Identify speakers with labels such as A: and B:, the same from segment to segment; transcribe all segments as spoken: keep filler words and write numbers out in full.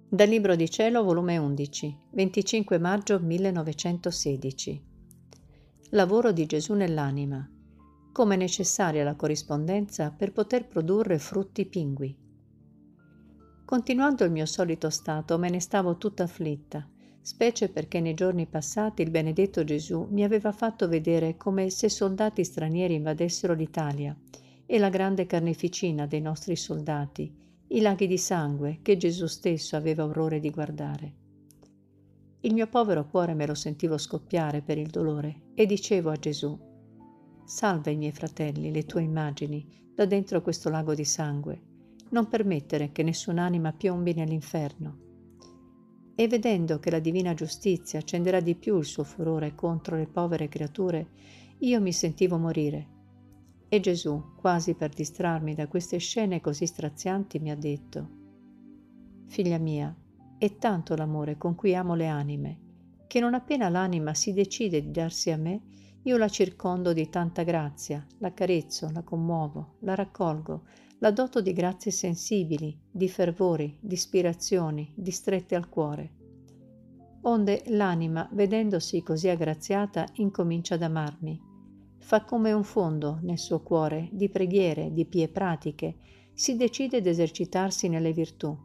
A: Dal Libro di Cielo, volume undici, venticinque maggio millenovecentosedici. Lavoro di Gesù nell'anima. Come è necessaria la corrispondenza per poter produrre frutti pingui. Continuando il mio solito stato, me ne stavo tutta afflitta, specie perché nei giorni passati il benedetto Gesù mi aveva fatto vedere come se soldati stranieri invadessero l'Italia e la grande carneficina dei nostri soldati, i laghi di sangue che Gesù stesso aveva orrore di guardare. Il mio povero cuore me lo sentivo scoppiare per il dolore e dicevo a Gesù: salva i miei fratelli, le tue immagini, da dentro questo lago di sangue, non permettere che nessun'anima piombi nell'inferno. E vedendo che la divina giustizia accenderà di più il suo furore contro le povere creature, io mi sentivo morire. E Gesù, quasi per distrarmi da queste scene così strazianti, mi ha detto: figlia mia, è tanto l'amore con cui amo le anime, che non appena l'anima si decide di darsi a me, io la circondo di tanta grazia, la carezzo, la commuovo, la raccolgo, la doto di grazie sensibili, di fervori, di ispirazioni, di strette al cuore. Onde l'anima, vedendosi così aggraziata, incomincia ad amarmi. Fa come un fondo nel suo cuore di preghiere, di pie pratiche, si decide ad esercitarsi nelle virtù.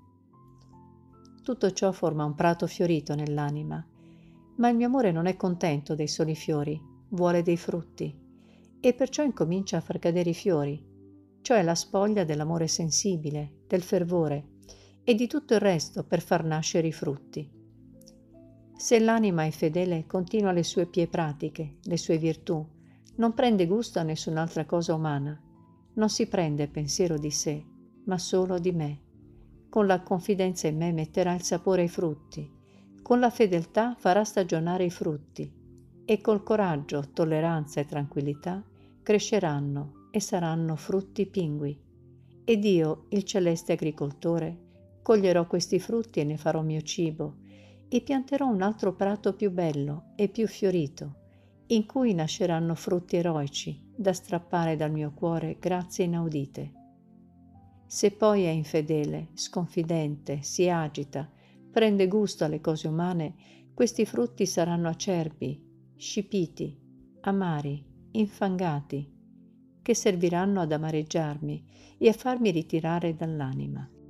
A: Tutto ciò forma un prato fiorito nell'anima, ma il mio amore non è contento dei soli fiori, vuole dei frutti, e perciò incomincia a far cadere i fiori, cioè la spoglia dell'amore sensibile, del fervore e di tutto il resto per far nascere i frutti. Se l'anima è fedele, continua le sue pie pratiche, le sue virtù, non prende gusto a nessun'altra cosa umana, non si prende pensiero di sé, ma solo di me. Con la confidenza in me metterà il sapore ai frutti, con la fedeltà farà stagionare i frutti, e col coraggio, tolleranza e tranquillità cresceranno e saranno frutti pingui. Ed io, il celeste agricoltore, coglierò questi frutti e ne farò mio cibo, e pianterò un altro prato più bello e più fiorito, in cui nasceranno frutti eroici da strappare dal mio cuore grazie inaudite. Se poi è infedele, sconfidente, si agita, prende gusto alle cose umane, questi frutti saranno acerbi, scipiti, amari, infangati, che serviranno ad amareggiarmi e a farmi ritirare dall'anima.